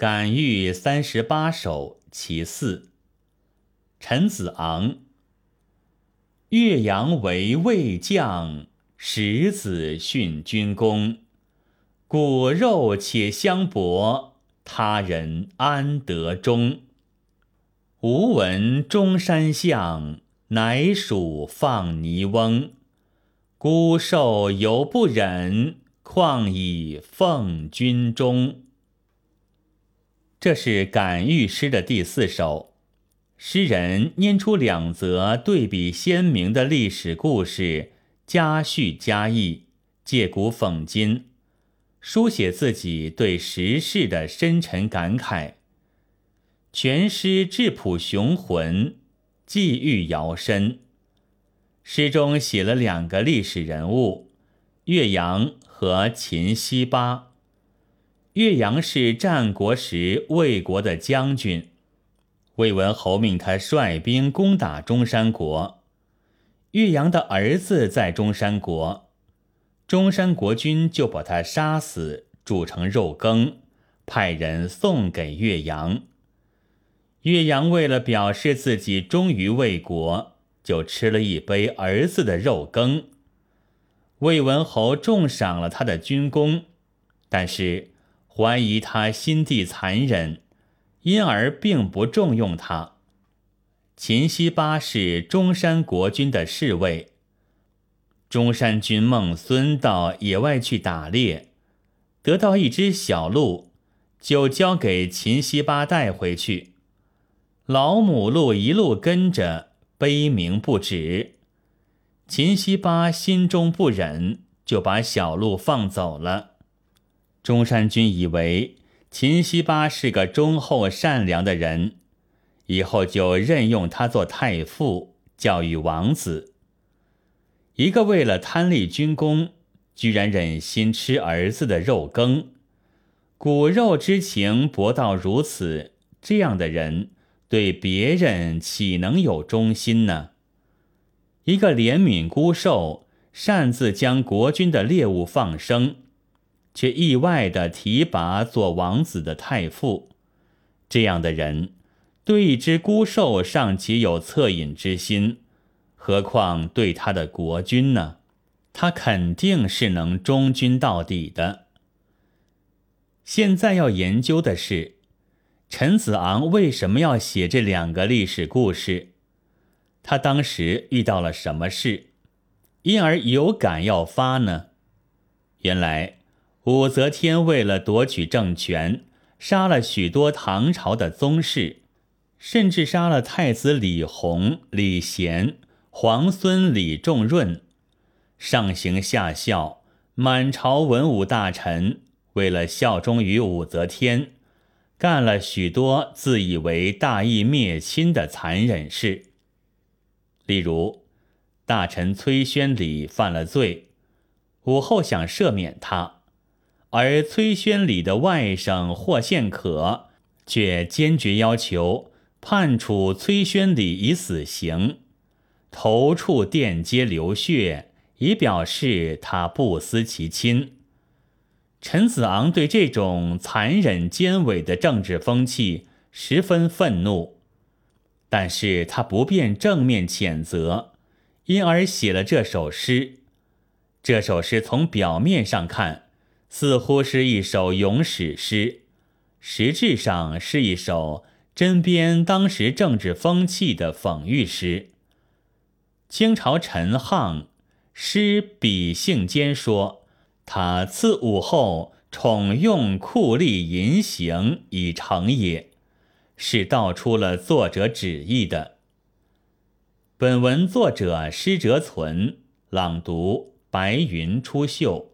感遇38首其4。陈子昂。岳阳为魏将，石子训军功。骨肉且相搏，他人安得忠？吾闻中山相，乃属放泥翁。孤受犹不忍，况以奉军忠。这是感遇诗的第4首。诗人拈出2则对比鲜明的历史故事，加叙加意，借古讽今，书写自己对时事的深沉感慨。全诗质朴雄浑，际遇遥深。诗中写了2个历史人物，岳阳和秦西巴。岳阳是战国时魏国的将军，魏文侯命他率兵攻打中山国。岳阳的儿子在中山国，中山国君就把他杀死，煮成肉羹，派人送给岳阳。岳阳为了表示自己忠于魏国，就吃了一杯儿子的肉羹。魏文侯重赏了他的军功，但是怀疑他心地残忍，因而并不重用他。秦西巴是中山国君的侍卫。中山君孟孙到野外去打猎，得到一只小鹿，就交给秦西巴带回去。老母鹿一路跟着，悲鸣不止。秦西巴心中不忍，就把小鹿放走了。中山君以为秦西巴是个忠厚善良的人，以后就任用他做太傅，教育王子。一个为了贪立军功，居然忍心吃儿子的肉羹，骨肉之情薄到如此，这样的人对别人岂能有忠心呢？一个怜悯孤瘦，擅自将国君的猎物放生，却意外地提拔做王子的太傅，这样的人对一只孤兽尚且有恻隐之心，何况对他的国君呢？他肯定是能忠君到底的。现在要研究的是，陈子昂为什么要写这2个历史故事？他当时遇到了什么事，因而有感要发呢？原来武则天为了夺取政权，杀了许多唐朝的宗室，甚至杀了太子李弘、李贤、皇孙李重润。上行下效，满朝文武大臣为了效忠于武则天，干了许多自以为大义灭亲的残忍事。例如，大臣崔宣礼犯了罪，武后想赦免他，而崔宣礼的外甥霍献可却坚决要求判处崔宣礼以死刑，头处电阶流血，以表示他不思其亲。陈子昂对这种残忍奸伪的政治风气十分愤怒，但是他不便正面谴责，因而写了这首诗。这首诗从表面上看，似乎是一首咏史诗，实质上是一首针砭当时政治风气的讽喻诗。清朝陈沆诗笔性间说，他赐武后宠用酷吏淫行以成也，是道出了作者旨意的。本文作者施哲存，朗读白云出岫。